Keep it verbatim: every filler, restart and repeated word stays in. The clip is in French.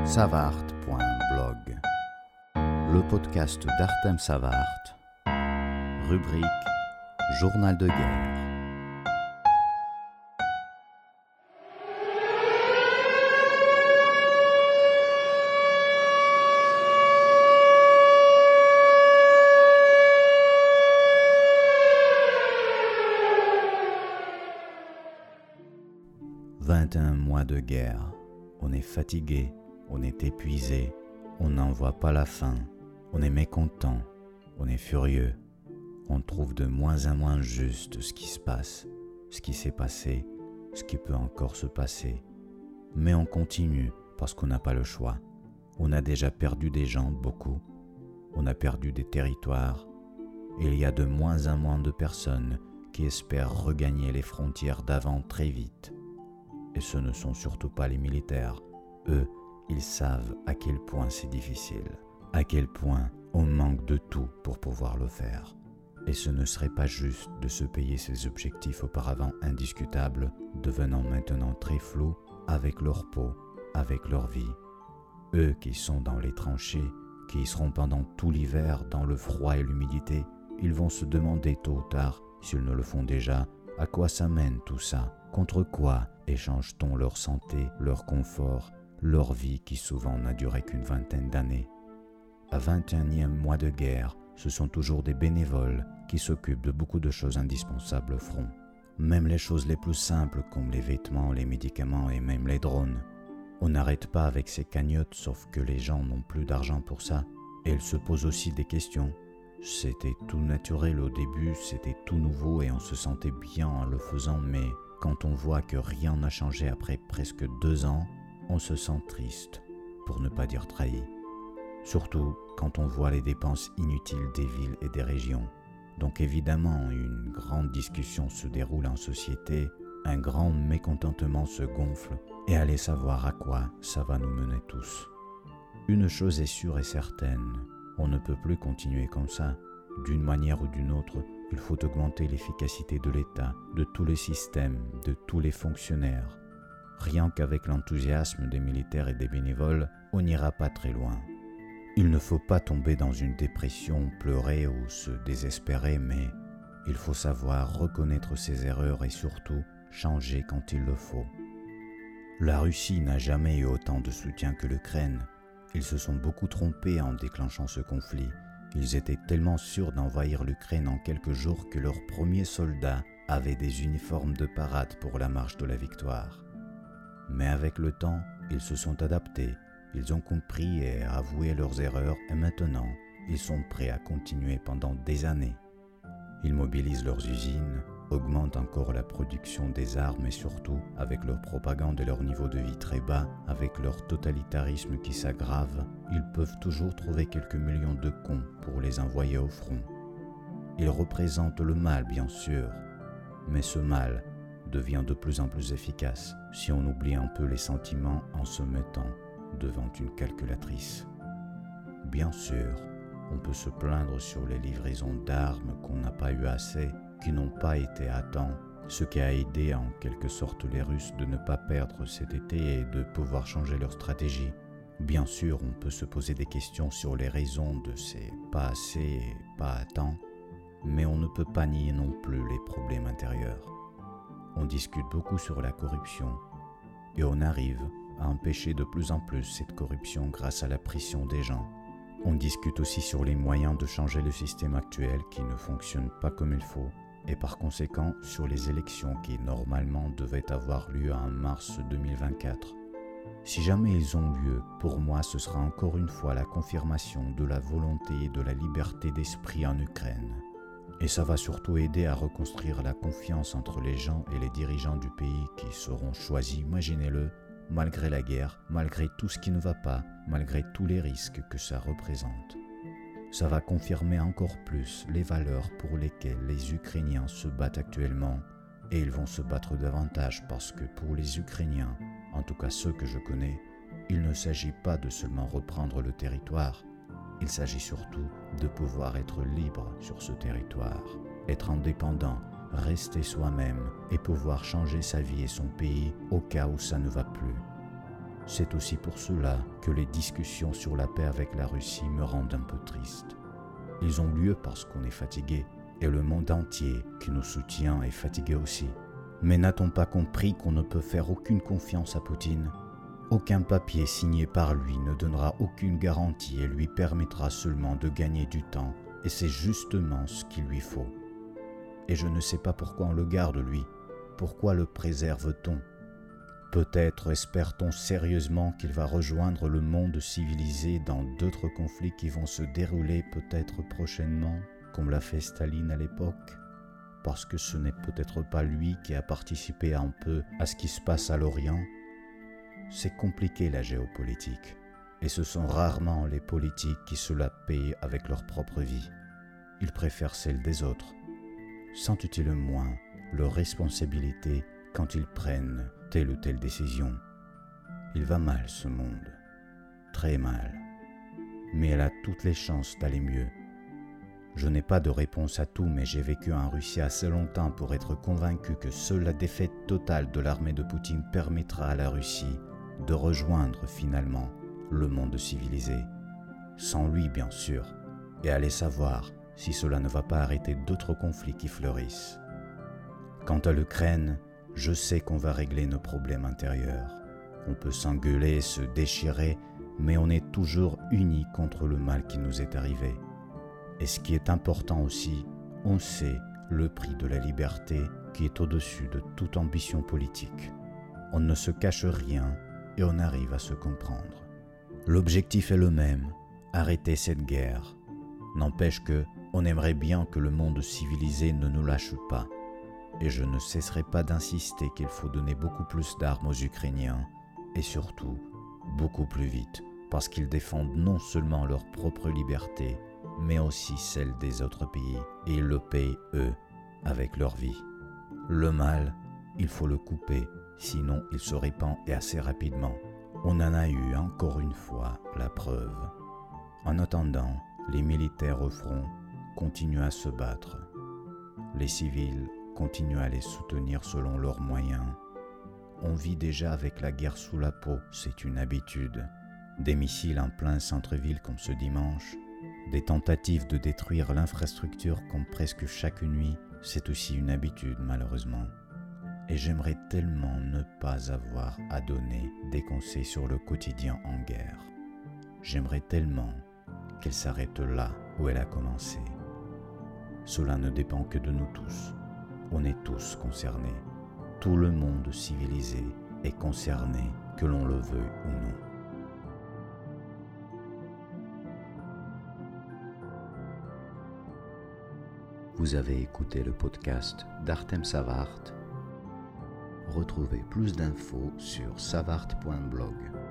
savart point blog, le podcast d'Artem Savart, rubrique Journal de guerre. vingt et un mois de guerre, on est fatigué, on est épuisé, on n'en voit pas la fin, on est mécontent, on est furieux, on trouve de moins en moins juste ce qui se passe, ce qui s'est passé, ce qui peut encore se passer. Mais on continue parce qu'on n'a pas le choix. On a déjà perdu des gens, beaucoup, on a perdu des territoires, et il y a de moins en moins de personnes qui espèrent regagner les frontières d'avant très vite. Et ce ne sont surtout pas les militaires. Eux, ils savent à quel point c'est difficile, à quel point on manque de tout pour pouvoir le faire. Et ce ne serait pas juste de se payer ces objectifs auparavant indiscutables, devenant maintenant très flous avec leur peau, avec leur vie. Eux qui sont dans les tranchées, qui y seront pendant tout l'hiver dans le froid et l'humidité, ils vont se demander tôt ou tard, s'ils ne le font déjà, à quoi ça mène tout ça, contre quoi échange-t-on leur santé, leur confort, leur vie qui souvent n'a duré qu'une vingtaine d'années. À vingt et unième mois de guerre, ce sont toujours des bénévoles qui s'occupent de beaucoup de choses indispensables au front. Même les choses les plus simples comme les vêtements, les médicaments et même les drones. On n'arrête pas avec ces cagnottes sauf que les gens n'ont plus d'argent pour ça. Et ils se posent aussi des questions. C'était tout naturel au début, c'était tout nouveau et on se sentait bien en le faisant, mais quand on voit que rien n'a changé après presque deux ans, on se sent triste, pour ne pas dire trahi. Surtout quand on voit les dépenses inutiles des villes et des régions. Donc évidemment, une grande discussion se déroule en société, un grand mécontentement se gonfle, et allez savoir à quoi ça va nous mener tous. Une chose est sûre et certaine, on ne peut plus continuer comme ça. D'une manière ou d'une autre, il faut augmenter l'efficacité de l'État, de tous les systèmes, de tous les fonctionnaires. Rien qu'avec l'enthousiasme des militaires et des bénévoles, on n'ira pas très loin. Il ne faut pas tomber dans une dépression, pleurer ou se désespérer, mais il faut savoir reconnaître ses erreurs et surtout changer quand il le faut. La Russie n'a jamais eu autant de soutien que l'Ukraine. Ils se sont beaucoup trompés en déclenchant ce conflit. Ils étaient tellement sûrs d'envahir l'Ukraine en quelques jours que leurs premiers soldats avaient des uniformes de parade pour la marche de la victoire. Mais avec le temps, ils se sont adaptés, ils ont compris et avoué leurs erreurs et maintenant, ils sont prêts à continuer pendant des années. Ils mobilisent leurs usines, augmentent encore la production des armes et surtout, avec leur propagande et leur niveau de vie très bas, avec leur totalitarisme qui s'aggrave, ils peuvent toujours trouver quelques millions de cons pour les envoyer au front. Ils représentent le mal, bien sûr, mais ce mal devient de plus en plus efficace si on oublie un peu les sentiments en se mettant devant une calculatrice. Bien sûr, on peut se plaindre sur les livraisons d'armes qu'on n'a pas eu assez, qui n'ont pas été à temps, ce qui a aidé en quelque sorte les Russes de ne pas perdre cet été et de pouvoir changer leur stratégie. Bien sûr, on peut se poser des questions sur les raisons de ces pas assez et pas à temps, mais on ne peut pas nier non plus les problèmes intérieurs. On discute beaucoup sur la corruption et on arrive à empêcher de plus en plus cette corruption grâce à la pression des gens. On discute aussi sur les moyens de changer le système actuel qui ne fonctionne pas comme il faut et par conséquent sur les élections qui normalement devaient avoir lieu en mars deux mille vingt-quatre. Si jamais ils ont lieu, pour moi ce sera encore une fois la confirmation de la volonté et de la liberté d'esprit en Ukraine. Et ça va surtout aider à reconstruire la confiance entre les gens et les dirigeants du pays qui seront choisis, imaginez-le, malgré la guerre, malgré tout ce qui ne va pas, malgré tous les risques que ça représente. Ça va confirmer encore plus les valeurs pour lesquelles les Ukrainiens se battent actuellement et ils vont se battre davantage parce que pour les Ukrainiens, en tout cas ceux que je connais, il ne s'agit pas de seulement reprendre le territoire, il s'agit surtout de pouvoir être libre sur ce territoire, être indépendant, rester soi-même et pouvoir changer sa vie et son pays au cas où ça ne va plus. C'est aussi pour cela que les discussions sur la paix avec la Russie me rendent un peu triste. Ils ont lieu parce qu'on est fatigué, et le monde entier qui nous soutient est fatigué aussi. Mais n'a-t-on pas compris qu'on ne peut faire aucune confiance à Poutine ? Aucun papier signé par lui ne donnera aucune garantie et lui permettra seulement de gagner du temps, et c'est justement ce qu'il lui faut. Et je ne sais pas pourquoi on le garde, lui. Pourquoi le préserve-t-on ? Peut-être espère-t-on sérieusement qu'il va rejoindre le monde civilisé dans d'autres conflits qui vont se dérouler peut-être prochainement, comme l'a fait Staline à l'époque, parce que ce n'est peut-être pas lui qui a participé un peu à ce qui se passe à l'Orient. C'est compliqué la géopolitique, et ce sont rarement les politiques qui se la payent avec leur propre vie. Ils préfèrent celle des autres. Sentent-ils moins leur responsabilité quand ils prennent telle ou telle décision? Il va mal ce monde, très mal, mais elle a toutes les chances d'aller mieux. Je n'ai pas de réponse à tout, mais j'ai vécu en Russie assez longtemps pour être convaincu que seule la défaite totale de l'armée de Poutine permettra à la Russie de rejoindre finalement le monde civilisé. Sans lui, bien sûr, et allez savoir si cela ne va pas arrêter d'autres conflits qui fleurissent. Quant à l'Ukraine, je sais qu'on va régler nos problèmes intérieurs. On peut s'engueuler, se déchirer, mais on est toujours unis contre le mal qui nous est arrivé. Et ce qui est important aussi, on sait le prix de la liberté qui est au-dessus de toute ambition politique. On ne se cache rien et on arrive à se comprendre. L'objectif est le même, arrêter cette guerre. N'empêche que on aimerait bien que le monde civilisé ne nous lâche pas. Et je ne cesserai pas d'insister qu'il faut donner beaucoup plus d'armes aux Ukrainiens, et surtout, beaucoup plus vite, parce qu'ils défendent non seulement leur propre liberté, mais aussi celle des autres pays, et ils le payent, eux, avec leur vie. Le mal, il faut le couper, sinon il se répand et assez rapidement. On en a eu encore une fois la preuve. En attendant, les militaires au front continuent à se battre. Les civils continuent à les soutenir selon leurs moyens. On vit déjà avec la guerre sous la peau, c'est une habitude. Des missiles en plein centre-ville comme ce dimanche, des tentatives de détruire l'infrastructure comme presque chaque nuit, c'est aussi une habitude malheureusement. Et j'aimerais tellement ne pas avoir à donner des conseils sur le quotidien en guerre. J'aimerais tellement qu'elle s'arrête là où elle a commencé. Cela ne dépend que de nous tous. On est tous concernés. Tout le monde civilisé est concerné, que l'on le veuille ou non. Vous avez écouté le podcast d'Artem Savart. Retrouvez plus d'infos sur savart point blog.